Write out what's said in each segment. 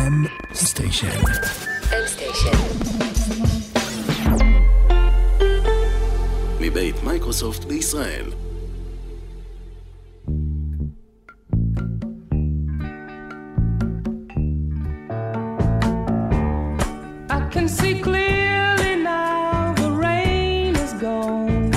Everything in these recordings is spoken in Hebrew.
M Station. מבית מייקרוסופט בישראל. I can see clearly now the rain is gone.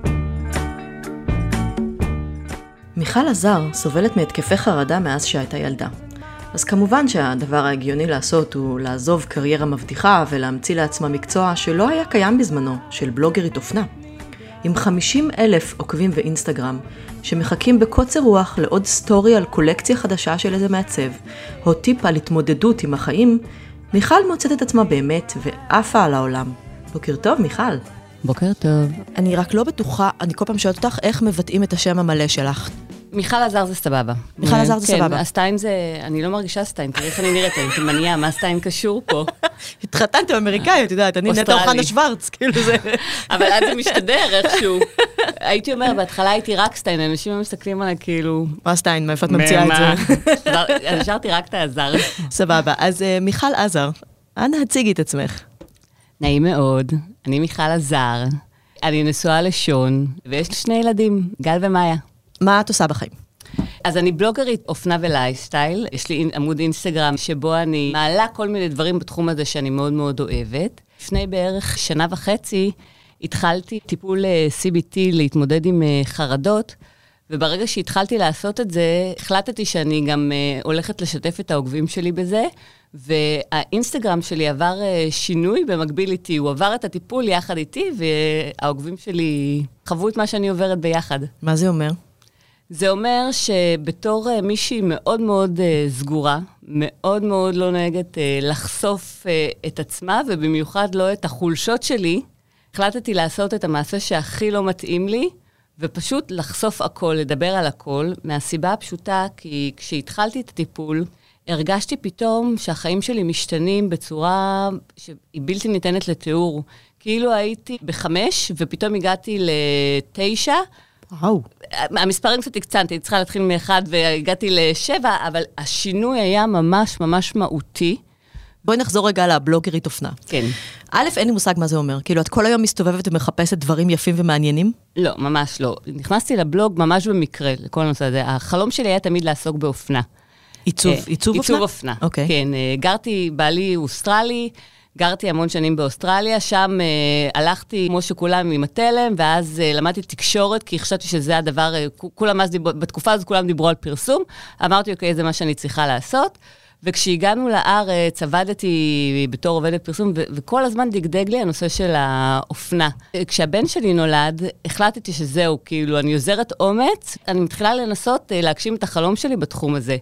מיכל עזר סובלת מהתקפי חרדה מאז שהייתה ילדה. אז כמובן שהדבר ההגיוני לעשות הוא לעזוב קריירה מבטיחה ולהמציא לעצמה מקצוע שלא היה קיים בזמנו, של בלוגרית אופנה. עם 50,000 עוקבים ואינסטגרם, שמחכים בקוצר רוח לעוד סטורי על קולקציה חדשה של איזה מעצב, או טיפ על התמודדות עם החיים, מיכל מוצאת את עצמה באמת ועפה על העולם. בוקר טוב, מיכל. בוקר טוב. אני רק לא בטוחה, אני כל פעם שואלת אותך איך מבטאים את השם המלא שלך. מיכל עזר זה סבבה. מיכל עזר זה סבבה. כן, הסטיין זה, אני לא מרגישה סטיין, תראי איך אני נראית, אני תימניה, מה הסטיין קשור פה? התחתנתם אמריקאית, יודעת, אני נטע אוחנה שוורץ, כאילו זה. אבל אז זה משתדר איכשהו. הייתי אומר, בהתחלה הייתי רק סטיין, אנשים לא מסתכלים עליי כאילו... מה סטיין, מאיפה את ממציאה את זה? השארתי רק את העזר. סבבה, אז מיכל עזר, אנא הציגי את עצמך. נעים מאוד, אני מיכל עזר, אני נשואה לשון, ויש לי 2 ילדים, גל ומאיה. מה את עושה בחיים? אז אני בלוגרית אופנה ולייפסטייל, יש לי עמוד אינסטגרם שבו אני מעלה כל מיני דברים בתחום הזה שאני מאוד מאוד אוהבת. לפני בערך 1.5 שנה התחלתי טיפול CBT להתמודד עם חרדות, וברגע שהתחלתי לעשות את זה, החלטתי שאני גם הולכת לשתף את העוקבים שלי בזה, והאינסטגרם שלי עבר שינוי במקביל איתי, הוא עבר את הטיפול יחד איתי, והעוקבים שלי חוו את מה שאני עוברת ביחד. מה זה אומר? זה אומר שבתור מישהי מאוד מאוד סגורה, מאוד מאוד לא נהגת לחשוף את עצמה, ובמיוחד לא את החולשות שלי, החלטתי לעשות את המעשה שהכי לא מתאים לי, ופשוט לחשוף הכל, לדבר על הכל, מהסיבה הפשוטה, כי כשהתחלתי את הטיפול, הרגשתי פתאום שהחיים שלי משתנים בצורה שהיא בלתי ניתנת לתיאור. כאילו הייתי ב5, ופתאום הגעתי ל9, וואו. המספרים קצת הקצנתי, צריכה להתחיל מ1 והגעתי ל7, אבל השינוי היה ממש ממש מהותי. בואי נחזור רגע לבלוגרית אופנה. כן. א', אין לי מושג מה זה אומר. כאילו, את כל היום מסתובבת ומחפשת דברים יפים ומעניינים? לא, ממש לא. נכנסתי לבלוג ממש במקרה, לכל הנושא הזה. החלום שלי היה תמיד לעסוק באופנה. עיצוב אופנה? עיצוב אופנה. אוקיי. כן, גרתי, בעלי אוסטרלי, גרתי המון שנים באוסטרליה, שם הלכתי כמו שכולם עם התלם, ואז למדתי תקשורת, כי חשבתי שזה הדבר, כולם אז בתקופה הזו כולם דיברו על פרסום, אמרתי, אוקיי, זה מה שאני צריכה לעשות, וכשהגענו לארץ, עבדתי בתור עובדת פרסום, וכל הזמן דגדג לי הנושא של האופנה. כשהבן שלי נולד, החלטתי שזהו, כאילו, אני עוזרת אומץ, אני מתחילה לנסות להגשים את החלום שלי בתחום הזה.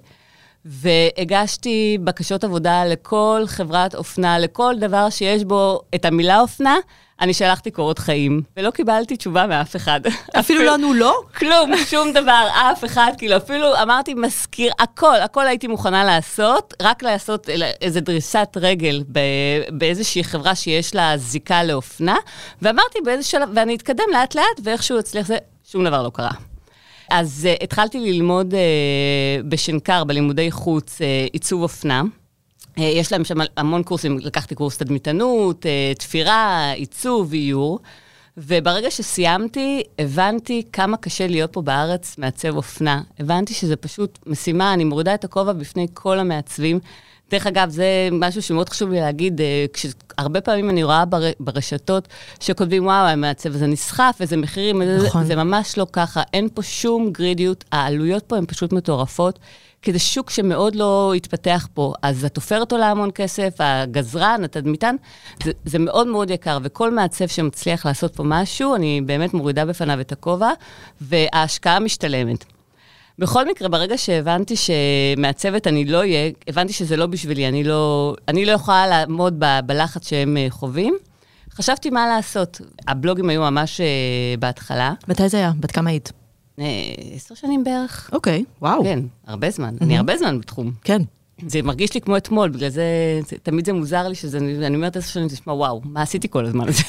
והגשתי בקשות עבודה לכל חברת אופנה, לכל דבר שיש בו את המילה אופנה, אני שלחתי קורות חיים, ולא קיבלתי תשובה מאף אחד. אפילו לא ענו לא? כלום, שום דבר, אף אחד, כאילו אפילו אמרתי מזכיר, הכל הייתי מוכנה לעשות, רק לעשות איזו דריסת רגל באיזושהי חברה שיש לה זיקה לאופנה, ואמרתי באיזה שלב, ואני אתקדם לאט לאט, ואיכשהו אצליח זה, שום דבר לא קרה. אז התחלתי ללמוד בשנקר, בלימודי חוץ, עיצוב אופנה. יש להם שם המון קורסים, לקחתי קורס תדמיתנות, תפירה, עיצוב, איור, וברגע שסיימתי, הבנתי כמה קשה להיות פה בארץ מעצב אופנה. הבנתי שזה פשוט משימה, אני מורידה את הכובע בפני כל המעצבים. דרך אגב, זה משהו שמאוד חשוב לי להגיד, כשהרבה פעמים אני רואה ברשתות שכותבים, וואו, המעצב הזה נסחף, איזה מחירים, נכון. זה ממש לא ככה, אין פה שום גרידיות, העלויות פה הן פשוט מטורפות, כי זה שוק שמאוד לא התפתח פה, אז את הופרת עולה המון כסף, הגזרן, התדמיתן, זה מאוד מאוד יקר, וכל מעצב שמצליח לעשות פה משהו, אני באמת מורידה בפניו את הכובע, וההשקעה משתלמת. בכל מקרה, ברגע שהבנתי שמעצבת אני לא אהיה, הבנתי שזה לא בשבילי, אני לא יכולה לעמוד בלחץ שהם חווים. חשבתי מה לעשות. הבלוגים היו ממש בהתחלה. מתי זה היה? בת כמה היית? 10 שנים בערך. אוקיי, וואו. כן, הרבה זמן. אני הרבה זמן בתחום. כן. זה מרגיש לי כמו אתמול, בגלל זה, תמיד זה מוזר לי שזה, אני אומרת 10 שנים, תשמע, וואו, מה עשיתי כל הזמן הזה?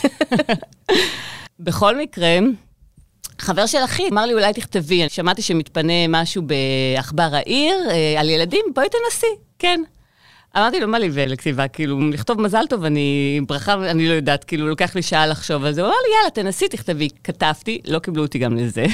בכל מקרה, חבר של אחי אמר לי, אולי תכתבי, אני שמעתי שמתפנה משהו באחבר העיר, על ילדים, בואי תנסי, כן. אמרתי לו, מה לי ולכתיבה? כאילו, לכתוב מזל טוב, ברכה, אני לא יודעת, כאילו, לוקח לי שעה לחשוב על זה. הוא אמר לי, יאללה, תנסי, תכתבי. כתבתי, לא קיבלו אותי גם לזה.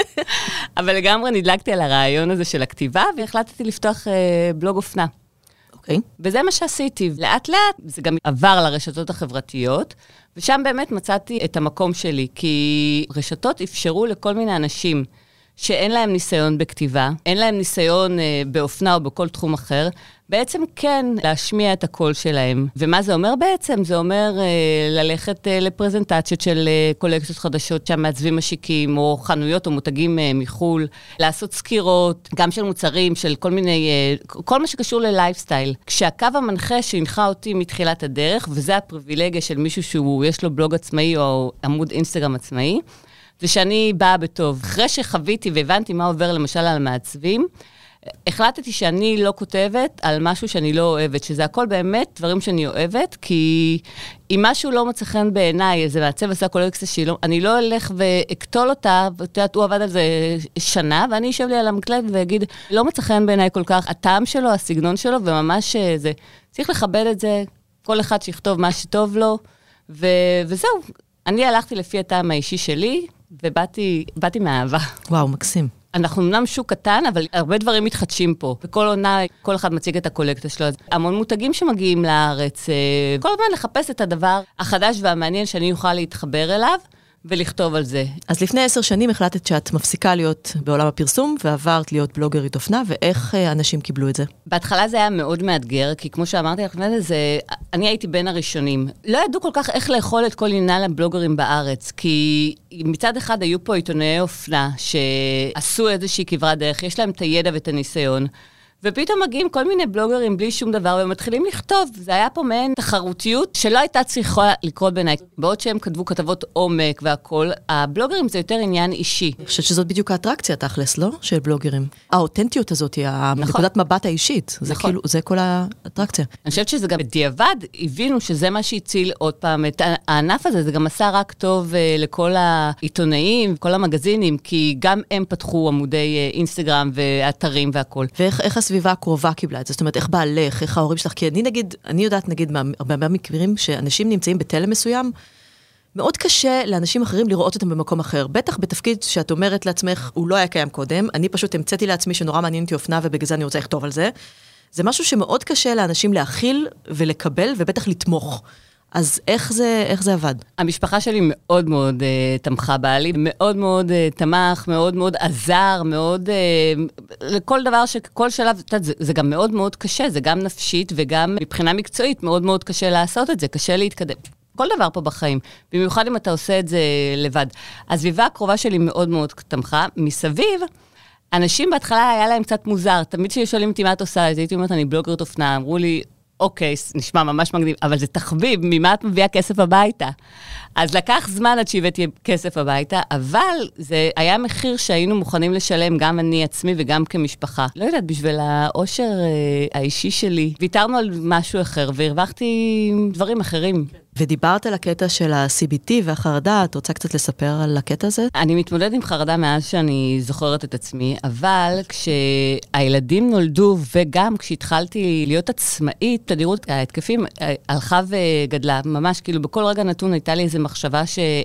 אבל לגמרי נדלקתי על הרעיון הזה של הכתיבה, והחלטתי לפתוח בלוג אופנה. אוקיי. וזה מה שעשיתי. לאט לאט, זה גם עבר לרשתות החברתיות, ושם באמת מצאתי את המקום שלי, כי רשתות אפשרו לכל מיני אנשים שאין להם ניסיון בכתיבה, אין להם ניסיון באופנה או בכל תחום אחר, בעצם כן להשמיע את הקול שלהם. ומה זה אומר בעצם? זה אומר ללכת לפרזנטציות של קולקציות חדשות שהמעצבים משיקים, או חנויות או מותגים מחול, לעשות סקירות, גם של מוצרים, של כל מיני, כל מה שקשור ללייפסטייל. כשהקו המנחה שהנחה אותי מתחילת הדרך, וזה הפריבילגיה של מישהו שיש לו בלוג עצמאי או עמוד אינסטגרם עצמאי, זה שאני באה בטוב. אחרי שחוויתי והבנתי מה עובר למשל על המעצבים, החלטתי שאני לא כותבת על משהו שאני לא אוהבת, שזה הכל באמת דברים שאני אוהבת, כי אם משהו לא מצא חן בעיניי, איזה מעצב עשה קולקציה שלו, אני לא אלך ואקטול אותה, הוא עבד על זה שנה, ואני אשב לי על המקלט ואגיד, לא מצא חן בעיניי כל כך, הטעם שלו, הסגנון שלו, וממש זה, צריך לכבד את זה, כל אחד שיכתוב מה שטוב לו, וזהו, אני הלכתי לפי הטעם האישי שלי, ובאתי מאהבה. וואו, מקסים. אנחנו אמנם שוק קטן, אבל הרבה דברים מתחדשים פה. בכל עונה, כל אחד מציג את הקולקציה שלו. המון מותגים שמגיעים לארץ. כל הזמן לחפש את הדבר החדש והמעניין שאני אוכל להתחבר אליו, ולכתוב על זה. אז לפני 10 שנים החלטת שאת מפסיקה להיות בעולם הפרסום, ועברת להיות בלוגרית אופנה, ואיך אנשים קיבלו את זה? בהתחלה זה היה מאוד מאתגר, כי כמו שאמרתי לך, אני הייתי בין הראשונים. לא ידעו כל כך איך לאכול את כל עניין הבלוגרים בארץ, כי מצד אחד היו פה עיתונאי אופנה, שעשו איזושהי כברת דרך, יש להם את הידע ואת הניסיון, ופתאום מגיעים כל מיני בלוגרים בלי שום דבר, ומתחילים לכתוב. זה היה פה מעין תחרותיות שלא הייתה צריכה לקרות בעיניי. בעוד שהם כתבו כתבות עומק והכל, הבלוגרים זה יותר עניין אישי. אני חושבת שזאת בדיוק האטרקציה, תכלס, לא? של בלוגרים. האותנטיות הזאת היא נקודת מבט האישית. זה כאילו, זה כל האטרקציה. אני חושבת שזה גם בדיעבד, הבינו שזה מה שהציל עוד פעם את הענף הזה, זה גם עשה רק טוב לכל העיתונאים, כל המגזינים, כי גם הם פתחו עמודי אינסטגרם ואתרים והכל. ואיך הסביבה הקרובה קיבלה את זה? זאת אומרת, איך בעלך, איך ההורים שלך? כי אני יודעת, נגיד, הרבה מקרים שאנשים נמצאים בתלם מסוים, מאוד קשה לאנשים אחרים לראות אותם במקום אחר. בטח בתפקיד שאת אומרת לעצמך, הוא לא היה קיים קודם, אני פשוט המצאתי לעצמי שנורא מעניין אותי אופנה, ובגלל זה אני רוצה לכתוב על זה. זה משהו שמאוד קשה לאנשים להכיל ולקבל, ובטח לתמוך. אז איך זה עבד? המשפחה שלי מאוד מאוד תמכה בעלי, מאוד מאוד תמך, מאוד מאוד עזר, מאוד, לכל דבר שכל שלב, זה גם מאוד מאוד קשה, זה גם נפשית וגם מבחינה מקצועית, מאוד מאוד קשה לעשות את זה, קשה להתקדם. כל דבר פה בחיים, במיוחד אם אתה עושה את זה לבד. הסביבה הקרובה שלי מאוד מאוד תמכה, מסביב, אנשים בהתחלה היה להם קצת מוזר, תמיד ששואלים אותי מה את עושה, אז הייתי אומרת, אני בלוגרית אופנה, אמרו לי, אוקיי, נשמע ממש מגניב, אבל זה תחביב, ממה את מביאה כסף הביתה? אז לקח זמן עד שהבאתי כסף הביתה, אבל זה היה מחיר שהיינו מוכנים לשלם, גם אני עצמי וגם כמשפחה. לא יודעת, בשביל האושר האישי שלי, ויתרנו על משהו אחר, והרווחתי דברים אחרים. ודיברת על הקטע של ה-CBT והחרדה, את רוצה קצת לספר על הקטע הזה? אני מתמודדת עם חרדה מאז שאני זוכרת את עצמי, אבל כשהילדים נולדו, וגם כשהתחלתי להיות עצמאית, תדירות ההתקפים הלכה וגדלה, ממש כאילו בכל רגע נתון הייתה לי איזו מחשבה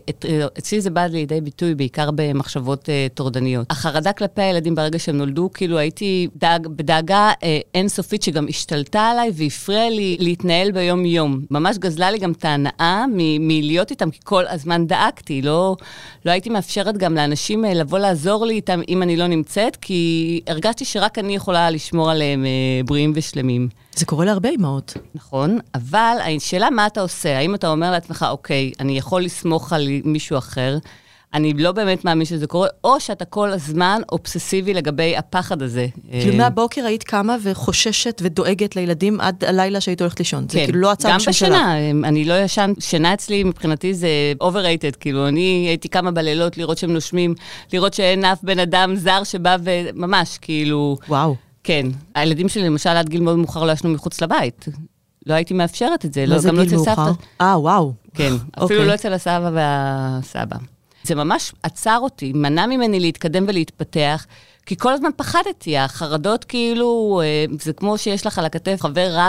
שאצלי זה בא לידי ביטוי, בעיקר במחשבות טורדניות. החרדה כלפי הילדים ברגע שהם נולדו, כאילו הייתי בדאגה אינסופית שגם השתלטה עליי, והפריעה לי להתנהל ביום יום. ממש גזלה לי גם את ההנאה מלהיות איתם, כי כל הזמן דאגתי, לא הייתי מאפשרת גם לאנשים לבוא לעזור לי איתם אם אני לא נמצאת, כי הרגשתי שרק אני יכולה לשמור עליהם בריאים ושלמים. זה קורה להרבה אמהות. נכון, אבל השאלה מה אתה עושה? האם אתה אומר לעצמך, אוקיי, אני יכול לסמוך על מישהו אחר, אני לא באמת מאמין שזה קורה, או שאתה כל הזמן אובססיבי לגבי הפחד הזה. כאילו מהבוקר היית קמה וחוששת ודואגת לילדים עד הלילה שהיית הולכת לישון. זה כאילו לא הצעה גם בשינה, אני לא ישן, שינה אצלי מבחינתי זה overrated, כאילו אני הייתי קמה בלילות לראות שהם נושמים, לראות שאין אף בן אדם זר שבא וממש כאילו... וואו. כן, הילדים שלי למשל עד גיל מאוד מאוחר לא ישנו מחוץ לבית. לא הייתי מאפשרת את זה. מה זה גיל מאוחר? וואו. כן, אפילו לא אצל הסבא והסבא. זה ממש עצר אותי, מנע ממני להתקדם ולהתפתח, כי כל הזמן פחדתי, החרדות כאילו, זה כמו שיש לך על הכתף חבר רע,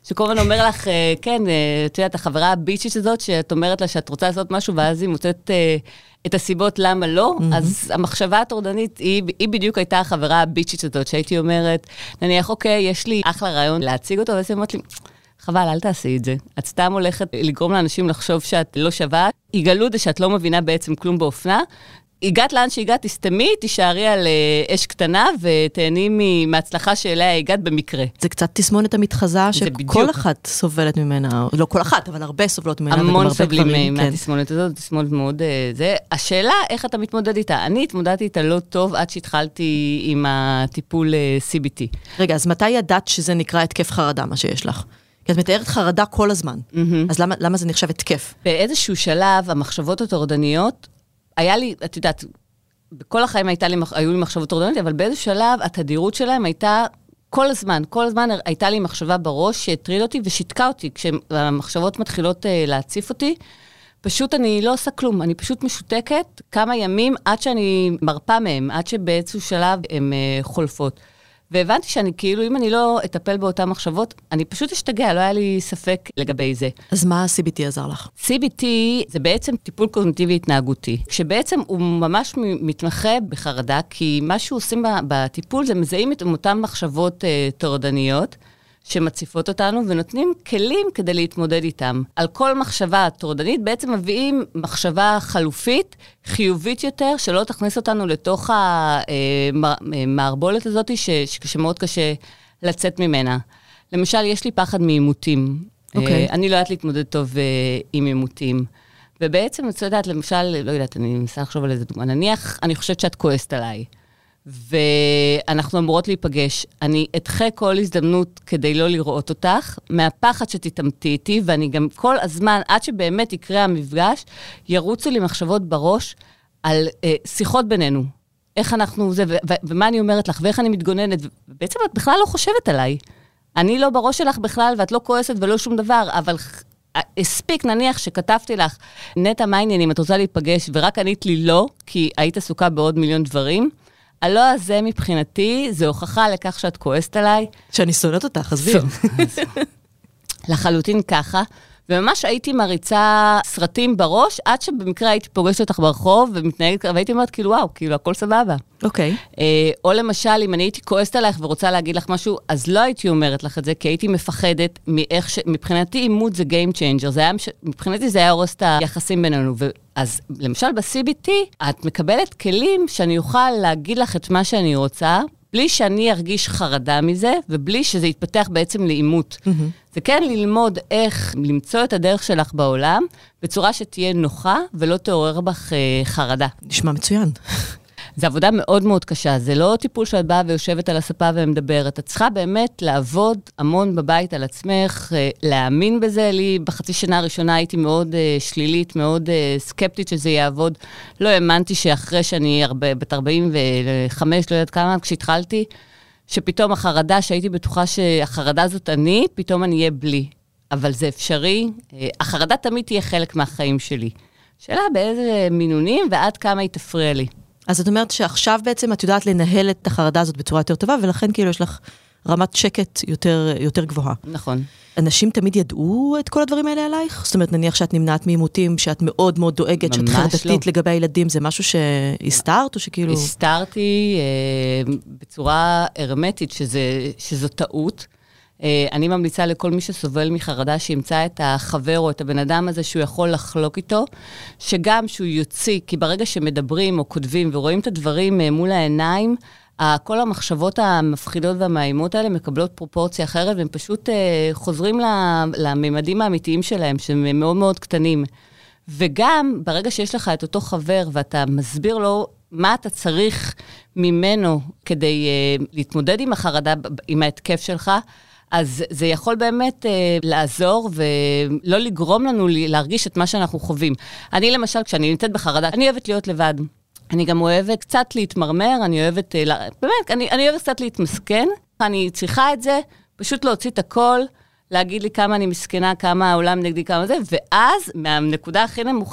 שכל הזמן אומר לך, כן, את יודעת, החברה הביצ'ית הזאת, שאת אומרת לה שאת רוצה לעשות משהו, ואז היא מוצאת את הסיבות למה לא, אז המחשבה הטורדנית, היא בדיוק הייתה החברה הביצ'ית הזאת, שהייתי אומרת, נניח, אוקיי, יש לי אחלה רעיון להציג אותו, ואז היא אומרת לי, חבל, אל תעשי את זה. את סתם הולכת לגרום לאנשים לחשוב שאת לא שווה, יגלו זה שאת לא מבינה בעצם כלום באופנה, הגעת לאן שהגעת, תסתמי, תישארי על אש קטנה, ותהני מההצלחה שאליה הגעת במקרה. זה קצת תסמונת המתחזה, שכל אחת סובלת ממנה, לא כל אחת, אבל הרבה סובלות ממנה. המון סובלים מהתסמונת הזאת, תסמונת מאוד זה. השאלה, איך אתה מתמודד איתה? אני התמודדתי איתה לא טוב, עד שהתחלתי עם הטיפול CBT. רגע, אז מתי ידעת שזה נקרא התקף חרדה, מה שיש לך? כי את מתארת חרדה כל הזמן. אז למה זה נחשב התקף? באיזשהו שלב, המחשבות הטורדניות, היה לי, את יודעת, בכל החיים היו לי מחשבות טורדניות, אבל באיזשהו שלב, התדירות שלהם הייתה כל הזמן הייתה לי מחשבה בראש שהטריד אותי ושיתקה אותי. כשהמחשבות מתחילות להציף אותי, פשוט אני לא עושה כלום, אני פשוט משותקת כמה ימים עד שאני מרפה מהם, עד שבאיזשהו שלב הן חולפות. והבנתי שאני כאילו, אם אני לא אטפל באותן מחשבות, אני פשוט אשתגע, לא היה לי ספק לגבי זה. אז מה ה-CBT עזר לך? CBT זה בעצם טיפול קוגניטיבי התנהגותי, שבעצם הוא ממש מתמחה בחרדה, כי מה שהוא עושים בטיפול זה מזהים את אותן מחשבות טורדניות, שמציפות אותנו ונותנים כלים כדי להתמודד איתם. על כל מחשבה טורדנית בעצם מביאים מחשבה חלופית, חיובית יותר, שלא תכניס אותנו לתוך המערבולת הזאת, שמאוד קשה לצאת ממנה. למשל, יש לי פחד מעימותים. אני לא יודעת להתמודד טוב עם עימותים. ובעצם, את יודעת, למשל, לא יודעת, אני מנסה לחשוב על איזה דוגמה. נניח, אני חושבת שאת כועסת עליי. ואנחנו אמורות להיפגש. אני אתחה כל הזדמנות כדי לא לראות אותך, מהפחד שתתאמתי איתי, ואני גם כל הזמן, עד שבאמת יקרה המפגש, ירוצו לי מחשבות בראש על שיחות בינינו. איך אנחנו זה, ומה אני אומרת לך, ואיך אני מתגוננת. בעצם את בכלל לא חושבת עליי. אני לא בראש שלך בכלל, ואת לא כועסת ולא שום דבר, אבל הספיק, נניח שכתבתי לך, נטע, מה העניינים, את רוצה להיפגש, ורק ענית לי לא, כי היית עסוקה בעוד מיליון דברים, הלא הזה מבחינתי, זה הוכחה לכך שאת כועסת עליי. שאני שונאת אותך, עזבי. לחלוטין ככה, וממש הייתי מריצה סרטים בראש, עד שבמקרה הייתי פוגשת אותך ברחוב, ומתנהגת, והייתי אומרת, כאילו, וואו, כאילו, הכל סבבה. אוקיי. או למשל, אם אני הייתי כועסת עליך ורוצה להגיד לך משהו, אז לא הייתי אומרת לך את זה, כי הייתי מפחדת מאיך מבחינתי אימות זה game changer, מבחינתי זה היה הורס את היחסים בינינו, אז למשל ב-CBT, את מקבלת כלים שאני אוכל להגיד לך את מה שאני רוצה, בלי שאני ארגיש חרדה מזה, ובלי שזה יתפתח בעצם לאימות. זה כן ללמוד איך למצוא את הדרך שלך בעולם, בצורה שתהיה נוחה, ולא תעורר בך חרדה. נשמע מצוין. זו עבודה מאוד מאוד קשה, זה לא טיפול שאת באה ויושבת על הספה ומדברת, את צריכה באמת לעבוד המון בבית על עצמך, להאמין בזה. לי בחצי שנה הראשונה הייתי מאוד שלילית, מאוד סקפטית שזה יעבוד. לא האמנתי שאחרי שאני בת 45, לא יודעת כמה, כשהתחלתי, שפתאום החרדה, שהייתי בטוחה שהחרדה זאת אני, פתאום אני אהיה בלי. אבל זה אפשרי, החרדה תמיד תהיה חלק מהחיים שלי. שאלה באיזה מינונים ועד כמה היא תפריע לי. אז את אומרת שעכשיו בעצם את יודעת לנהל את החרדה הזאת בצורה יותר טובה, ולכן כאילו יש לך רמת שקט יותר גבוהה. נכון. אנשים תמיד ידעו את כל הדברים האלה עלייך? זאת אומרת, נניח שאת נמנעת מעימותים, שאת מאוד מאוד דואגת, שאת חרדתית לגבי הילדים, זה משהו שהסתרת או שכאילו... הסתרתי בצורה הרמטית שזו טעות. אני ממליצה לכל מי שסובל מחרדה שימצא את החבר או את הבן אדם הזה שהוא יכול לחלוק איתו, שגם שהוא יוציא, כי ברגע שמדברים או כותבים ורואים את הדברים מול העיניים, כל המחשבות המפחידות והמאיימות האלה מקבלות פרופורציה אחרת, והם פשוט חוזרים לממדים האמיתיים שלהם, שהם מאוד מאוד קטנים. וגם ברגע שיש לך את אותו חבר ואתה מסביר לו מה אתה צריך ממנו כדי להתמודד עם החרדה, עם ההתקף שלך, אז זה יכול באמת לעזור ולא לגרום לנו להרגיש את מה שאנחנו חווים. אני למשל, כשאני נמצאת בחרדה, אני אוהבת להיות לבד. אני גם אוהבת קצת להתמרמר, אני אוהבת, באמת, אני אוהבת קצת להתמסכן. אני צריכה את זה, פשוט להוציא את הכל, להגיד לי כמה אני מסכנה, כמה העולם נגדי, כמה זה, ואז מהנקודה הכי נמוכה,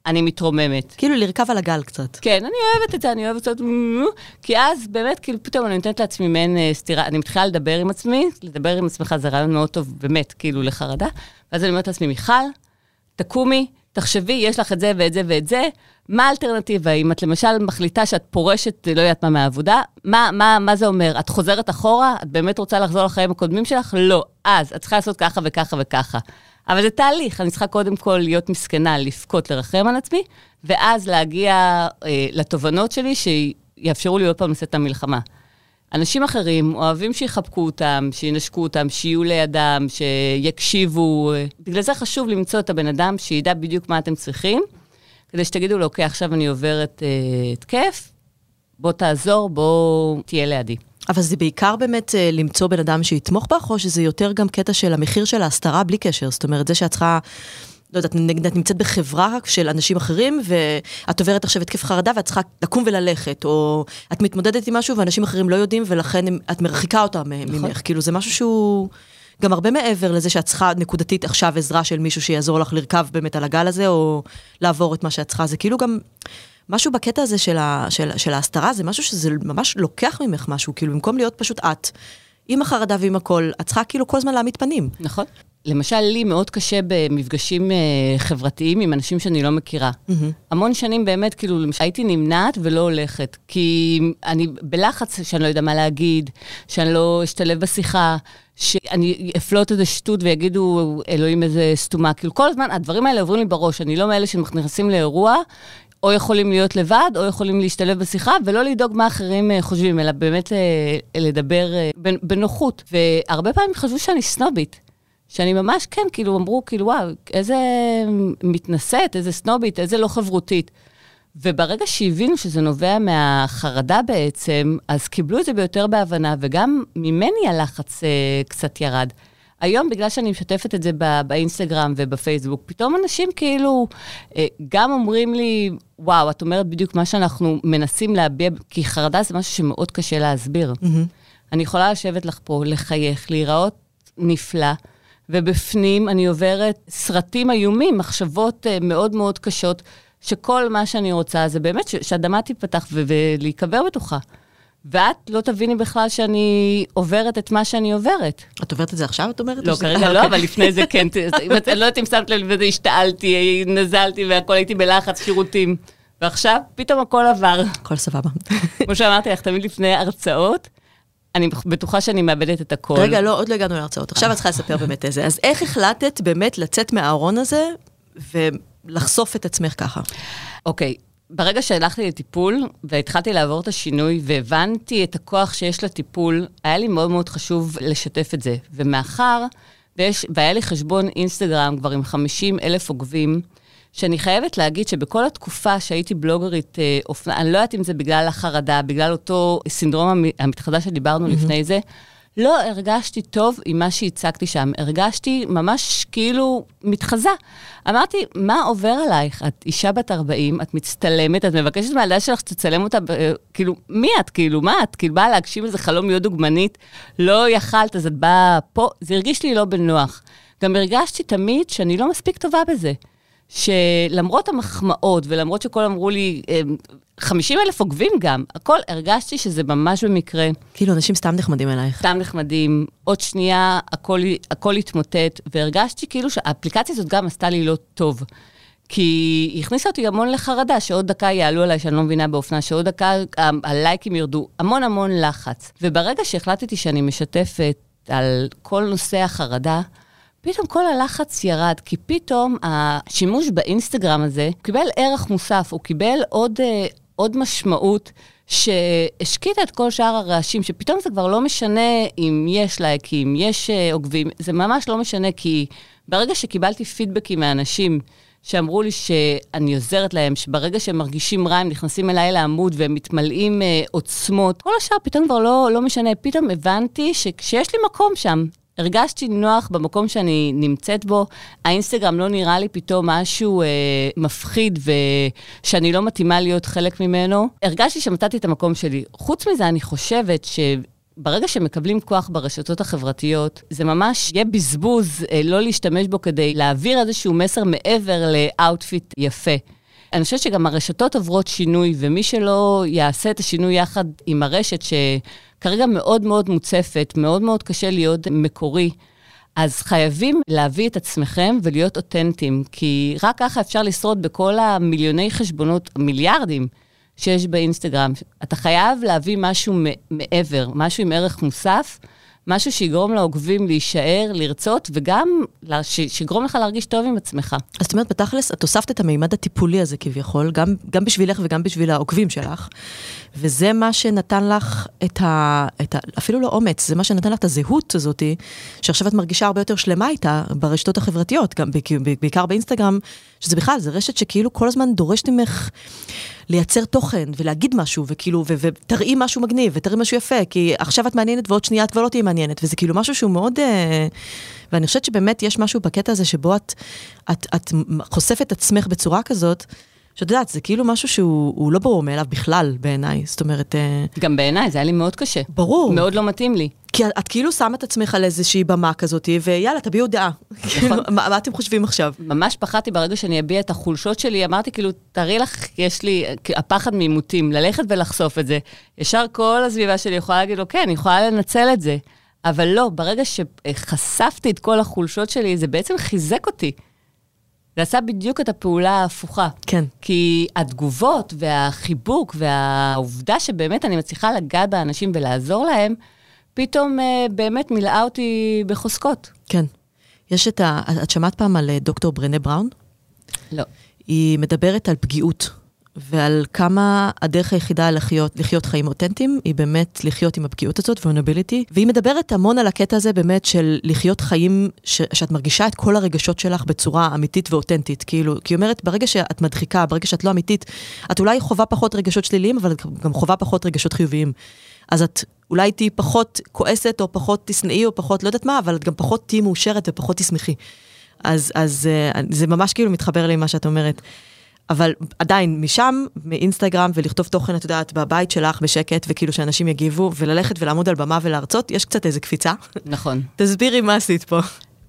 אני מתרוממת. כאילו לרכב על הגל קצת. כן, אני אוהבת את זה, אני אוהבת את זה, כי אז באמת, כאילו פתאום אני נותנת לעצמי מעין סתירה, אני מתחילה לדבר עם עצמי, לדבר עם עצמך זה רעיון מאוד טוב, באמת, כאילו לחרדה, ואז אני אומרת לעצמי, מיכל, תקומי, תחשבי, יש לך את זה ואת זה ואת זה, מה האלטרנטיבה? אם את למשל מחליטה שאת פורשת, לא יודעת מה מהעבודה, מה זה אומר? את חוזרת אחורה? את באמת רוצה לחזור לחיים הקודמים שלך? לא. אז, את צריכה לעשות ככה וככה וככה. אבל זה תהליך, אני צריכה קודם כל להיות מסכנה, לפקות, לרחם על עצמי, ואז להגיע לתובנות שלי שיאפשרו לי עוד פעם לשאת את המלחמה. אנשים אחרים אוהבים שיחבקו אותם, שינשקו אותם, שיהיו לידם, שיקשיבו. בגלל זה חשוב למצוא את הבן אדם שידע בדיוק מה אתם צריכים, כדי שתגידו לו, אוקיי, עכשיו אני עוברת התקף, בוא תעזור, בוא תהיה לידי. אבל זה בעיקר באמת למצוא בן אדם שיתמוך בך, או שזה יותר גם קטע של המחיר של ההסתרה בלי קשר? זאת אומרת, זה שאת צריכה, לא יודעת, את נמצאת בחברה של אנשים אחרים, ואת עוברת עכשיו התקף חרדה, ואת צריכה לקום וללכת, או את מתמודדת עם משהו, ואנשים אחרים לא יודעים, ולכן את מרחיקה אותם ממך. כאילו, זה משהו שהוא גם הרבה מעבר לזה שאת צריכה נקודתית עכשיו עזרה של מישהו שיעזור לך לרכב באמת על הגל הזה, או לעבור את מה שאת צריכה. זה כאילו גם משהו בקטע הזה של ההסתרה, זה משהו שזה ממש לוקח ממך משהו, כאילו במקום להיות פשוט את, עם החרדה ועם הכל, את צריכה כאילו כל הזמן להעמיד פנים. נכון. למשל, לי מאוד קשה במפגשים חברתיים עם אנשים שאני לא מכירה. המון שנים באמת, כאילו, הייתי נמנעת ולא הולכת, כי אני בלחץ שאני לא יודע מה להגיד, שאני לא אשתלב בשיחה, שאני אפלוט איזה שטות ויגידו, אלוהים איזה סתומה. כאילו, כל הזמן, הדברים האלה עוברים לי בראש, אני לא מאלה שנכנסים לאירוע, או יכולים להיות לבד, או יכולים להשתלב בשיחה, ולא לדאוג מה אחרים חושבים, אלא באמת לדבר בנוחות. והרבה פעמים חשבו שאני סנובית. שאני ממש, כן, כאילו, אמרו, כאילו, וואו, איזה מתנשאת, איזה סנובית, איזה לא חברותית. וברגע שהבינו שזה נובע מהחרדה בעצם, אז קיבלו את זה ביותר בהבנה, וגם ממני הלחץ קצת ירד. היום, בגלל שאני משתפת את זה באינסטגרם ובפייסבוק, פתאום אנשים כאילו גם אומרים לי, וואו, את אומרת בדיוק מה שאנחנו מנסים להביע, כי חרדה זה משהו שמאוד קשה להסביר. אני יכולה לשבת לך פה, לחייך, להיראות נפלא, ובפנים אני עוברת סרטים איומים, מחשבות מאוד מאוד קשות, שכל מה שאני רוצה זה באמת שהאדמה תיפתח ולהיקבר בתוכה. ואת לא תביני בכלל שאני עוברת את מה שאני עוברת. את עוברת את זה עכשיו, את אומרת? לא, כרגע לא, אבל לפני זה כן. אני לא יודעת אם שמת לב וזה השתעלתי, נזלתי והכל הייתי בלחץ שירותים. ועכשיו פתאום הכל עבר. הכל סבבה. כמו שאמרתי לך, תמיד לפני הרצאות, אני בטוחה שאני מאבדת את הכל. רגע, לא, עוד לא הגענו להרצאות. עכשיו את צריכה לספר באמת איזה. אז איך החלטת באמת לצאת מהארון הזה ולחשוף את עצמך ככה? אוקיי. ברגע שהלכתי לטיפול, והתחלתי לעבור את השינוי, והבנתי את הכוח שיש לטיפול, היה לי מאוד מאוד חשוב לשתף את זה. ומאחר, והיה לי חשבון אינסטגרם כבר עם 50,000 עוקבים, שאני חייבת להגיד שבכל התקופה שהייתי בלוגרית אופנה, אני לא יודעת אם זה בגלל החרדה, בגלל אותו סינדרום המתחדש שדיברנו לפני זה, לא הרגשתי טוב עם מה שהצגתי שם. הרגשתי ממש כאילו מתחזה. אמרתי, מה עובר עלייך? את אישה בת 40, את מצטלמת, את מבקשת מהילדה שלך שתצלם אותה, כאילו, מי את? כאילו, מה את? כאילו, באה להגשים איזה חלום להיות דוגמנית, לא יכלת, אז את באה פה. זה הרגיש לי לא בנוח. גם הרגשתי תמיד שאני לא מספיק טובה בזה. שלמרות המחמאות, ולמרות שכל אמרו לי, 50,000 עוקבים גם, הכל הרגשתי שזה ממש במקרה. כאילו אנשים סתם נחמדים אלייך. סתם נחמדים, עוד שנייה הכל התמוטט, והרגשתי כאילו שהאפליקציה הזאת גם עשתה לי לא טוב. כי היא הכניסה אותי המון לחרדה, שעוד דקה יעלו עליי שאני לא מבינה באופנה, שעוד דקה הלייקים ירדו, המון המון לחץ. וברגע שהחלטתי שאני משתפת על כל נושא החרדה, פתאום כל הלחץ ירד, כי פתאום השימוש באינסטגרם הזה, הוא קיבל ערך מוסף, הוא קיבל עוד משמעות שהשקיטה את כל שאר הרעשים, שפתאום זה כבר לא משנה אם יש לייקים, יש עוקבים, זה ממש לא משנה, כי ברגע שקיבלתי פידבקים מהאנשים שאמרו לי שאני עוזרת להם, שברגע שהם מרגישים רע, הם נכנסים אליי לעמוד והם מתמלאים עוצמות, כל השאר פתאום כבר לא משנה, פתאום הבנתי שיש לי מקום שם. הרגשתי נוח במקום שאני נמצאת בו, האינסטגרם לא נראה לי פתאום משהו מפחיד ושאני לא מתאימה להיות חלק ממנו. הרגשתי שמצאתי את המקום שלי. חוץ מזה אני חושבת שברגע שמקבלים כוח ברשתות החברתיות, זה ממש יהיה בזבוז לא להשתמש בו כדי להעביר איזשהו מסר מעבר לאוטפיט יפה. אני חושבת שגם הרשתות עוברות שינוי, ומי שלא יעשה את השינוי יחד עם הרשת, שכרגע מאוד מאוד מוצפת, מאוד מאוד קשה להיות מקורי, אז חייבים להביא את עצמכם ולהיות אותנטיים, כי רק ככה אפשר לשרוד בכל המיליוני חשבונות, מיליארדים שיש באינסטגרם. אתה חייב להביא משהו מעבר, משהו עם ערך מוסף, משהו שיגרום לעוקבים להישאר, לרצות, וגם שיגרום לך להרגיש טוב עם עצמך. אז זאת אומרת, בתכלס, את הוספת את המימד הטיפולי הזה כביכול, גם בשבילך וגם בשביל העוקבים שלך, וזה מה שנתן לך אפילו לא אומץ, זה מה שנתן לך את הזהות הזאת, שעכשיו את מרגישה הרבה יותר שלמה איתה ברשתות החברתיות, גם בעיקר באינסטגרם, שזה בכלל, זה רשת שכאילו כל הזמן דורשת ממך לייצר תוכן ולהגיד משהו, וכאילו, ותראי משהו מגניב, ותראי משהו יפה, כי עכשיו את מעניינת ועוד שנייה את כבר לא תהיה מעניינת, וזה כאילו משהו שהוא מאוד, ואני חושבת שבאמת יש משהו בקטע הזה שבו את חושפת עצמך בצורה כזאת, שאת יודעת, זה כאילו משהו שהוא לא ברור מאליו בכלל בעיניי, זאת אומרת... גם בעיניי, זה היה לי מאוד קשה. ברור. מאוד לא מתאים לי. כי את כאילו שמה את עצמך על איזושהי במה כזאת, ויאללה, תביאו דעה. מה אתם חושבים עכשיו? ממש פחדתי ברגע שאני אביע את החולשות שלי, אמרתי כאילו, תראי לך, יש לי הפחד מעימותים, ללכת ולחשוף את זה. ישר כל הסביבה שלי יכולה להגיד, אוקיי, אני יכולה לנצל את זה. אבל לא, ברגע שחשפתי את כל החולשות שלי, זה בעצם חיזק אותי. זה עשה בדיוק את הפעולה ההפוכה. כן. כי התגובות והחיבוק והעובדה שבאמת אני מצליחה לגעת באנשים ולעזור להם, פתאום באמת מילאה אותי בחוזקות. כן. יש את שמעת פעם על דוקטור ברנה בראון? לא. היא מדברת על פגיעות, ועל כמה הדרך היחידה לחיות חיים אותנטיים, היא באמת לחיות עם הפגיעות הזאת, vulnerability, והיא מדברת המון על הקטע הזה באמת של לחיות חיים שאת מרגישה את כל הרגשות שלך בצורה אמיתית ואותנטית, כאילו, כי היא אומרת, ברגע שאת מדחיקה, ברגע שאת לא אמיתית, את אולי חובה פחות רגשות שליליים, אבל גם חובה פחות רגשות חיוביים. אז את אולי תהי פחות כועסת, או פחות תסנאי, או פחות לא יודעת מה, אבל את גם פחות תהי מאושרת ופחות תשמחי. אז זה ממש כאילו מתחבר לי מה שאת אומרת. אבל עדיין, משם, מאינסטגרם, ולכתוב תוכן, את יודעת, בבית שלך, בשקט, וכאילו שאנשים יגיבו, וללכת ולעמוד על במה ולהרצות, יש קצת איזה קפיצה. נכון. תסבירי מה עשית פה.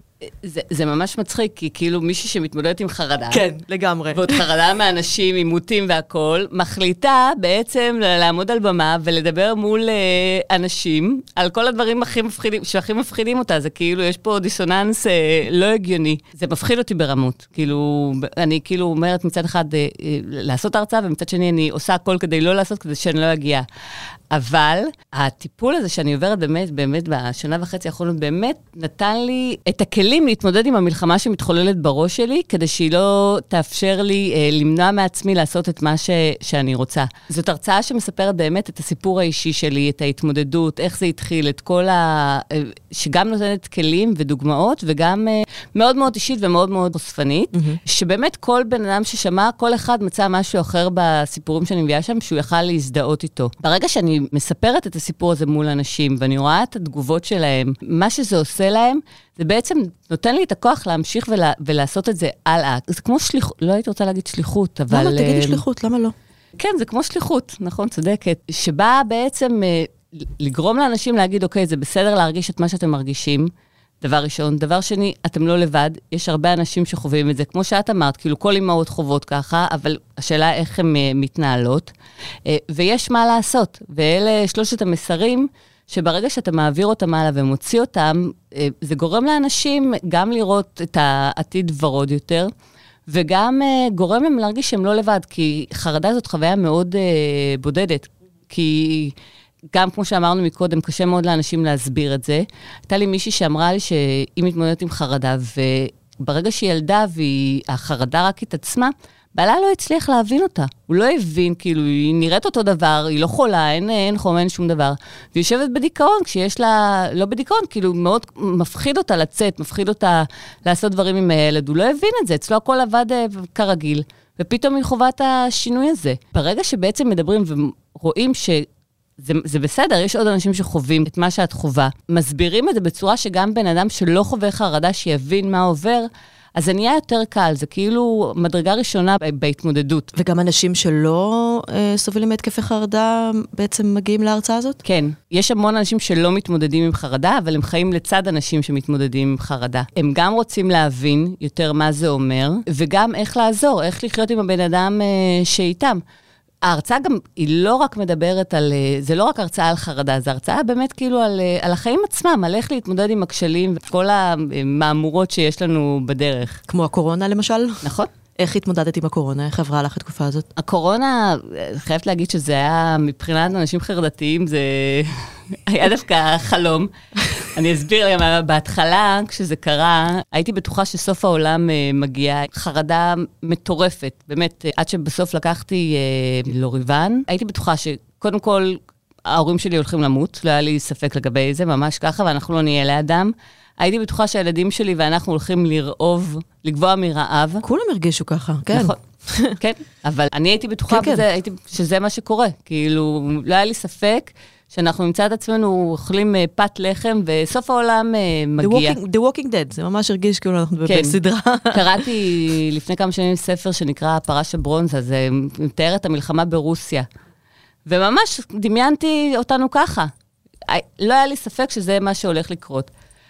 זה ממש מצחיק, כי כאילו מישהי שמתמודדת עם חרדה. כן, לגמרי. ועוד חרדה מאנשים, עימותים והכל, מחליטה בעצם לעמוד על במה ולדבר מול אנשים, על כל הדברים שהכי מפחידים אותה. זה כאילו, יש פה דיסוננס לא הגיוני. זה מפחיד אותי ברמות. כאילו, אני כאילו אומרת מצד אחד לעשות הרצאה, ומצד שני אני עושה הכל כדי לא לעשות, כדי שאני לא אגיע. אבל הטיפול הזה שאני עוברת באמת בשנה וחצי האחרונות, באמת נתן לי את הכלים להתמודד עם המלחמה שמתחוללת בראש שלי, כדי שהיא לא תאפשר לי למנוע מעצמי לעשות את מה שאני רוצה. זאת הרצאה שמספרת באמת את הסיפור האישי שלי, את ההתמודדות, איך זה התחיל, את כל שגם נותנת כלים ודוגמאות, וגם מאוד מאוד אישית ומאוד מאוד חושפנית, שבאמת כל בן אדם ששמע, כל אחד מצא משהו אחר בסיפורים שאני מביאה שם, שהוא יכל להזדהות איתו. ברגע שאני מספרת את הסיפור הזה מול אנשים, ואני רואה את התגובות שלהם, מה שזה עושה להם, זה בעצם נותן לי את הכוח להמשיך ולעשות את זה הלאה. זה כמו שליחות, לא הייתי רוצה להגיד שליחות, אבל... למה? תגידי שליחות, למה לא? כן, זה כמו שליחות, נכון, צודקת, שבאה בעצם לגרום לאנשים להגיד, אוקיי, זה בסדר להרגיש את מה שאתם מרגישים, דבר ראשון. דבר שני, אתם לא לבד, יש הרבה אנשים שחווים את זה, כמו שאת אמרת, כאילו כל אמהות חוות ככה, אבל השאלה איך הן מתנהלות, ויש מה לעשות, ואלה שלושת המסרים, שברגע שאתה מעביר אותם הלאה ומוציא אותם, זה גורם לאנשים גם לראות את העתיד ורוד יותר, וגם גורם להם להרגיש שהם לא לבד, כי חרדה זאת חוויה מאוד בודדת, כי... גם כמו שאמרנו מקודם, קשה מאוד לאנשים להסביר את זה. הייתה לי מישהי שאמרה לי שהיא מתמודדת עם חרדה, וברגע שהיא ילדה והחרדה רק התעצמה, בעלה לא הצליח להבין אותה. הוא לא הבין, כאילו, היא נראית אותו דבר, היא לא חולה, אין חום, אין שום דבר. והיא יושבת בדיכאון, כשיש לה, לא בדיכאון, כאילו, מאוד מפחיד אותה לצאת, מפחיד אותה לעשות דברים עם הילד. הוא לא הבין את זה, אצלו הכל עבד כרגיל, ופתאום היא חובה את השינוי הזה. ברגע שבעצם מדברים ורואים זה בסדר, יש עוד אנשים שחווים את מה שאת חווה. מסבירים את זה בצורה שגם בן אדם שלא חווה חרדה, שיבין מה עובר, אז זה נהיה יותר קל, זה כאילו מדרגה ראשונה בהתמודדות. וגם אנשים שלא סובלים מהתקפי חרדה בעצם מגיעים להרצאה הזאת? כן, יש המון אנשים שלא מתמודדים עם חרדה, אבל הם חיים לצד אנשים שמתמודדים עם חרדה. הם גם רוצים להבין יותר מה זה אומר, וגם איך לעזור, איך לחיות עם הבן אדם שאיתם. ההרצאה גם היא לא רק מדברת על, זה לא רק הרצאה על חרדה, זה הרצאה באמת כאילו על החיים עצמם, על איך להתמודד עם הכשלים וכל המאמורות שיש לנו בדרך. כמו הקורונה למשל? נכון. איך התמודדת עם הקורונה? איך עברה לך התקופה הזאת? הקורונה, חייבת להגיד שזה היה, מבחינת אנשים חרדתיים, זה היה דווקא חלום. אני אסביר להם, בהתחלה, כשזה קרה, הייתי בטוחה שסוף העולם מגיע, חרדה מטורפת, באמת, עד שבסוף לקחתי לוריבן, הייתי בטוחה שקודם כל, ההורים שלי הולכים למות, לא היה לי ספק לגבי זה, ממש ככה, ואנחנו לא נהיה לאדם. הייתי בטוחה שהילדים שלי ואנחנו הולכים לרעוב, לגבוע מרעב. כולם הרגישו ככה, כן. נכון, כן. אבל אני הייתי בטוחה בזה, שזה מה שקורה. כאילו, לא היה לי ספק שאנחנו נמצא את עצמנו, אוכלים פת לחם, וסוף העולם מגיע. The Walking Dead, זה ממש הרגיש כאילו אנחנו בסדרה. קראתי לפני כמה שנים ספר שנקרא פרשה ברונזה, זה מתאר את המלחמה ברוסיה. וממש דמיינתי אותנו ככה. לא היה לי ספק שזה מה שהולך לקרות.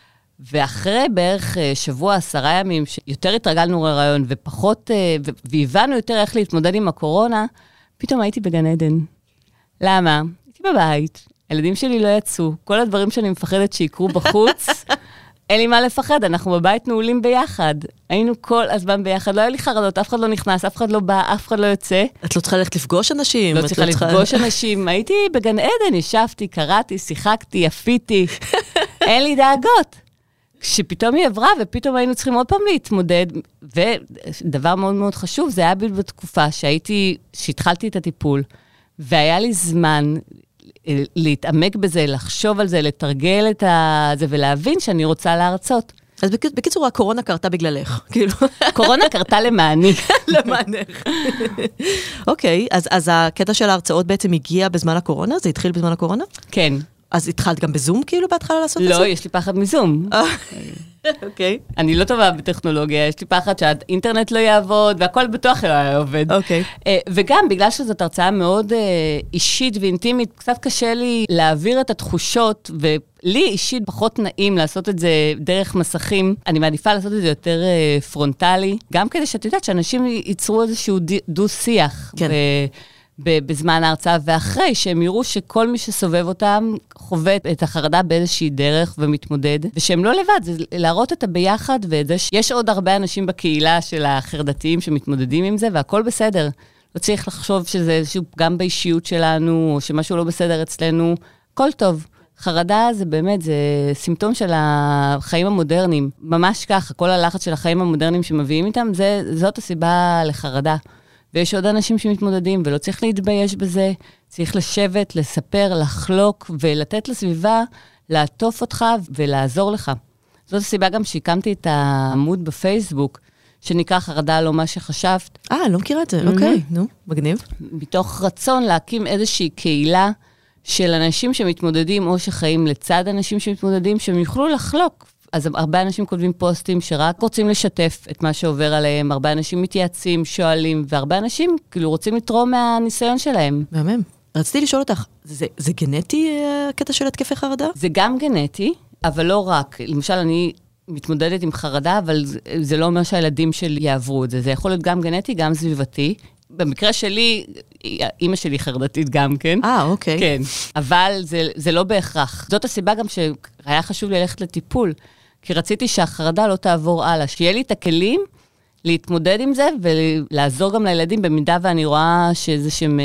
ואחרי בערך שבוע, 10 ימים, שיותר התרגלנו לרעיון, ופחות, והבנו יותר איך להתמודד עם הקורונה, פתאום הייתי בגן עדן. למה? הייתי בבית, הילדים שלי לא יצאו, כל הדברים שאני מפחדת שיקרו בחוץ, אין לי מה לפחד, אנחנו בבית נעולים ביחד. היינו כל הזמן ביחד, לא היה לי חרדות, אף אחד לא נכנס, אף אחד לא בא, אף אחד לא יוצא. את לא צריכה ללכת לפגוש אנשים? לא צריכה לפגוש אנשים, הייתי בגן עדן, ישבתי, קראתי, שיחקתי, יפיתי, אין לי דאגות. שפתאום היא עברה, ופתאום היינו צריכים עוד פעם להתמודד, ודבר מאוד מאוד חשוב, זה היה בתקופה שהתחלתי את הטיפול, והיה לי זמן להתעמק בזה, לחשוב על זה, לתרגל את זה, ולהבין שאני רוצה להרצות. אז בקיצור, הקורונה קרתה בגללך, כאילו. הקורונה קרתה למעני. למענך. אוקיי, אז הקטע של ההרצאות בעצם הגיע בזמן הקורונה? זה התחיל בזמן הקורונה? כן. אז התחלת גם בזום כאילו בהתחלה לעשות את זה? לא, יש לי פחד מזום. אוקיי. אני לא טובה בטכנולוגיה, יש לי פחד שהאינטרנט לא יעבוד, והכל בטוח לא היה עובד. אוקיי. וגם בגלל שזאת הרצאה מאוד אישית ואינטימית, קצת קשה לי להעביר את התחושות, ולי אישית פחות נעים לעשות את זה דרך מסכים. אני מעדיפה לעשות את זה יותר פרונטלי, גם כדי שאת יודעת שאנשים ייצרו איזשהו דו-שיח. כן. בזמן ההרצאה, ואחרי שהם יראו שכל מי שסובב אותם חווה את החרדה באיזושהי דרך ומתמודד, ושהם לא לבד, זה להראות את הביחד, וזה שיש עוד הרבה אנשים בקהילה של החרדתיים שמתמודדים עם זה, והכל בסדר. לא צריך לחשוב שזה איזשהו פגם באישיות שלנו, או שמשהו לא בסדר אצלנו, הכל טוב. חרדה זה באמת, זה סימפטום של החיים המודרניים. ממש ככה, כל הלחץ של החיים המודרניים שמביאים איתם, זאת הסיבה לחרדה. ויש עוד אנשים שמתמודדים, ולא צריך להתבייש בזה, צריך לשבת, לספר, לחלוק, ולתת לסביבה, לעטוף אותך ולעזור לך. זאת הסיבה גם שהקמתי את העמוד בפייסבוק, שנקרא חרדה לא מה שחשבת. לא מכירה את זה, אוקיי, נו, מגניב. מתוך רצון להקים איזושהי קהילה של אנשים שמתמודדים, או שחיים לצד אנשים שמתמודדים, שהם יוכלו לחלוק. אז הרבה אנשים כותבים פוסטים שרק רוצים לשתף את מה שעובר עליהם, הרבה אנשים מתייעצים, שואלים, והרבה אנשים כאילו רוצים לתרום מהניסיון שלהם. מהמם. רציתי לשאול אותך, זה גנטי הקטע של התקפי חרדה? זה גם גנטי, אבל לא רק. למשל, אני מתמודדת עם חרדה, אבל זה לא אומר שהילדים שלי יעברו את זה. זה יכול להיות גם גנטי, גם סביבתי. במקרה שלי, אמא שלי חרדתית גם כן. אוקיי. כן, אבל זה לא בהכרח. זאת הסיבה גם שהיה חשוב לי ללכת לטיפול, כי רציתי שהחרדה לא תעבור הלאה, שיהיה לי את הכלים להתמודד עם זה, ולעזור גם לילדים במידה ואני רואה שזה שהם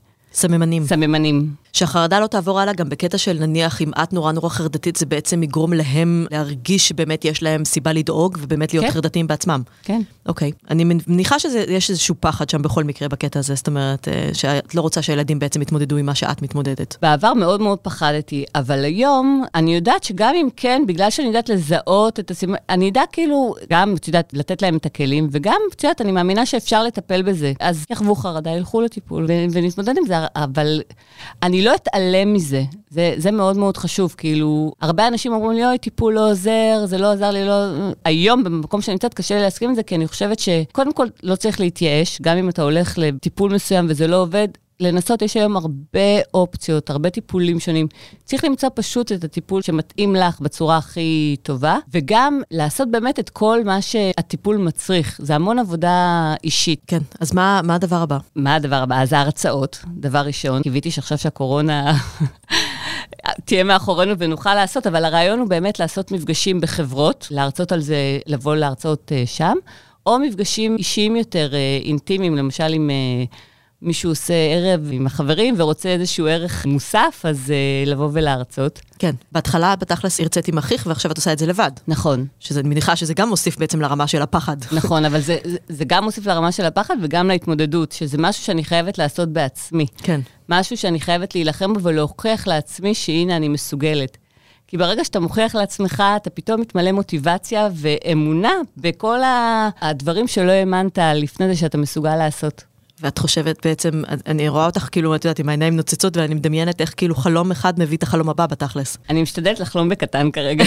סממנים. שהחרדה לא תעבור הלאה גם בקטע של נניח, אם את נורא חרדתית, זה בעצם יגרום להם להרגיש שבאמת יש להם סיבה לדאוג, ובאמת להיות חרדתיים בעצמם. כן. אוקיי. אני מניחה שיש איזשהו פחד שם בכל מקרה בקטע הזה, זאת אומרת, שאת לא רוצה שהילדים בעצם יתמודדו עם מה שאת מתמודדת. בעבר מאוד מאוד פחדתי, אבל היום אני יודעת שגם אם כן, בגלל שאני יודעת לזהות את הסימן, אני יודעת כאילו, גם יודעת לתת להם את הכלים, וגם יודעת, אני מאמינה שאפשר לטפל בזה. אז יחוו חרדה, ילכו לטיפול, ונתמודד עם זה, אבל אני אני לא אתעלם מזה. זה מאוד מאוד חשוב, כאילו, הרבה אנשים אומרים לי, טיפול לא עוזר, זה לא עזר לי, לא... היום, במקום שאני נמצאת, קשה לי להסכים עם זה, כי אני חושבת שקודם כל לא צריך להתייאש, גם אם אתה הולך לטיפול מסוים וזה לא עובד, לנסות, יש היום הרבה אופציות, הרבה טיפולים שונים. צריך למצוא פשוט את הטיפול שמתאים לך בצורה הכי טובה, וגם לעשות באמת את כל מה שהטיפול מצריך. זה המון עבודה אישית. כן, אז מה הדבר הבא? מה הדבר הבא? אז ההרצאות, דבר ראשון. קיוויתי שעכשיו שהקורונה תהיה מאחורינו ונוכל לעשות, אבל הרעיון הוא באמת לעשות מפגשים בחברות, להרצות על זה, לבוא להרצות שם, או מפגשים אישיים יותר אינטימיים, למשל עם... מישהו עושה ערב עם החברים ורוצה איזשהו ערך מוסף, אז לבוא ולהרצות. כן, בהתחלה בתכלס הרצית עם אחיך, ועכשיו את עושה את זה לבד. נכון. שזה מניחה שזה גם מוסיף בעצם לרמה של הפחד. נכון, אבל זה גם מוסיף לרמה של הפחד, וגם להתמודדות, שזה משהו שאני חייבת לעשות בעצמי. כן. משהו שאני חייבת להילחם בו ולהוכיח לעצמי שהנה אני מסוגלת. כי ברגע שאתה מוכיח לעצמך, אתה פתאום מתמלא מוטיבציה ואמונה בכל הדברים שלא האמנת לפני זה שאתה מסוגל לעשות. ואת חושבת בעצם, אני רואה אותך כאילו, את יודעת, עם העיניים נוצצות, ואני מדמיינת איך כאילו חלום אחד מביא את החלום הבא בתכלס. אני משתדלת לחלום בקטן כרגע.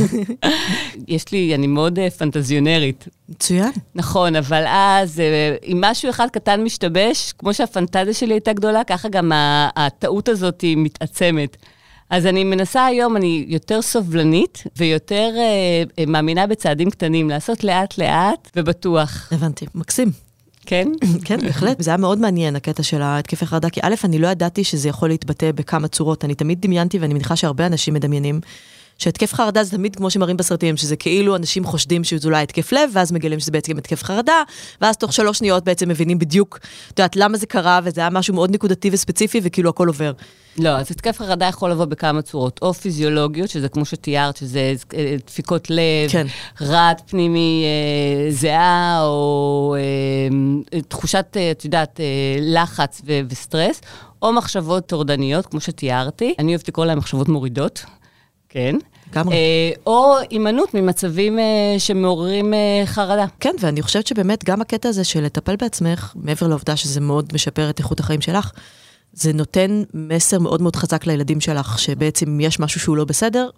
אני מאוד פנטזיונרית. מצוין. נכון, אבל אז, אם משהו אחד קטן משתבש, כמו שהפנטזיה שלי הייתה גדולה, ככה גם הטעות הזאת היא מתעצמת. אז אני מנסה היום, אני יותר סובלנית, ויותר מאמינה בצעדים קטנים, לעשות לאט לאט ובטוח. הבנתי, מקסים. כן? כן, בהחלט. זה היה מאוד מעניין, הקטע של ההתקפי חרדה, כי א', אני לא ידעתי שזה יכול להתבטא בכמה צורות. אני תמיד דמיינתי, ואני מניחה שהרבה אנשים מדמיינים, שהתקף חרדה זה תמיד כמו שמראים בסרטים, שזה כאילו אנשים חושדים שזה אולי התקף לב, ואז מגלים שזה בעצם התקף חרדה, ואז תוך 3 שניות בעצם מבינים בדיוק, את יודעת, למה זה קרה, וזה היה משהו מאוד נקודתי וספציפי, וכאילו הכל עובר. לא, אז התקף חרדה יכול לבוא בכמה צורות, או פיזיולוגיות, שזה כמו שתיארת, שזה דפיקות לב, כן. רעד פנימי, זהה, או תחושת, את יודעת, לחץ וסטרס, או מחשבות טורדניות, כמו שתיארתי. אני אוהבת לקרוא להם מחשבות מורידות. כן. או אימנות ממצבים שמעוררים חרדה. כן, ואני חושבת שבאמת גם הקטע הזה של לטפל בעצמך, מעבר לעובדה שזה מאוד משפר את איכות החיים שלך, זה נותן מסר מאוד מאוד חזק לילדים שלך, שבעצם יש משהו שהוא לא בסדר,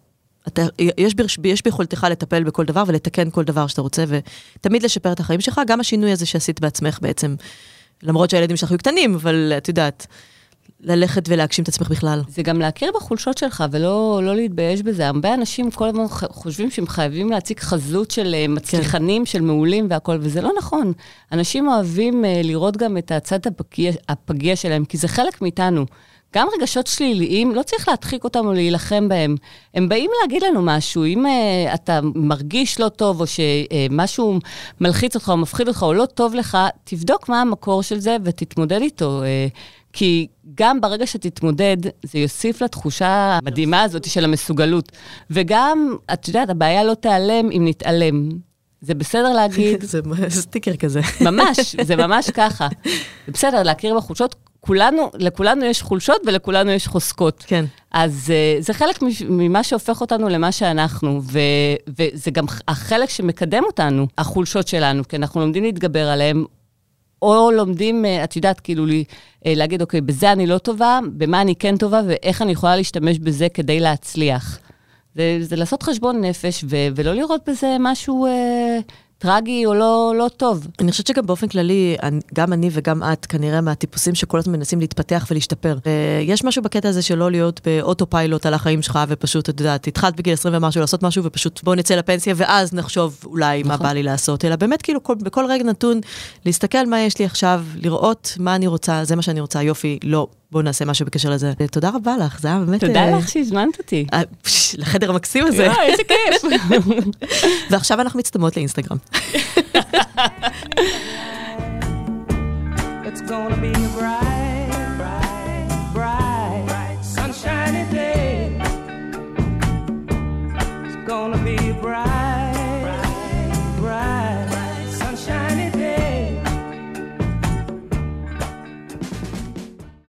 יש ביכולתך לטפל בכל דבר ולתקן כל דבר שאתה רוצה, ותמיד לשפר את החיים שלך, גם השינוי הזה שעשית בעצמך בעצם, למרות שהילדים שלך היו קטנים, אבל את יודעת, ללכת ולהגשים את עצמך בכלל. זה גם להכיר בחולשות שלך, ולא להתבייש בזה. הרבה אנשים כל הזמן חושבים שהם חייבים להציג חזות של מצליחנים, של מעולים והכל, וזה לא נכון. אנשים אוהבים לראות גם את הצד הפגיע שלהם, כי זה חלק מאיתנו. גם רגשות שליליים, לא צריך להדחיק אותם או להילחם בהם. הם באים להגיד לנו משהו. אם אתה מרגיש לא טוב, או שמשהו מלחיץ אותך, או מפחיד אותך, או לא טוב לך, תבדוק מה המקור של זה, ותתמודד איתו. כי גם ברגע שתתמודד, זה יוסיף לתחושה המדהימה הזאת של המסוגלות. וגם, את יודעת, הבעיה לא תיעלם אם נתעלם. זה בסדר להגיד... זה סטיקר כזה. ממש, זה ממש ככה. זה בסדר להכיר בחולשות. לכולנו יש חולשות ולכולנו יש חוזקות. כן. אז זה חלק ממה שהופך אותנו למה שאנחנו, וזה גם החלק שמקדם אותנו, החולשות שלנו, כי אנחנו לומדים להתגבר עליהם, או לומדים, את יודעת, כאילו להגיד, אוקיי, בזה אני לא טובה, במה אני כן טובה, ואיך אני יכולה להשתמש בזה כדי להצליח. זה לעשות חשבון נפש, ולא לראות בזה משהו טרגי או לא טוב. אני חושבת שגם באופן כללי, גם אני וגם את, כנראה מהטיפוסים שכל הזמן מנסים להתפתח ולהשתפר. יש משהו בקטע הזה שלא להיות באוטופיילוט על החיים שלך, ופשוט, את יודעת, התחלת בגיל 20 ומשהו לעשות משהו, ופשוט בוא נצא לפנסיה, ואז נחשוב אולי מה בא לי לעשות, אלא באמת כאילו בכל רגע נתון, להסתכל מה יש לי עכשיו, לראות מה אני רוצה, זה מה שאני רוצה, יופי, לא. בואו נעשה משהו בקשר לזה. תודה רבה לך, זה היה באמת... תודה לך שהזמנת אותי. לחדר המקסים הזה. איזה כיף. ועכשיו אנחנו מצטמות לאינסטגרם. It's gonna be a bright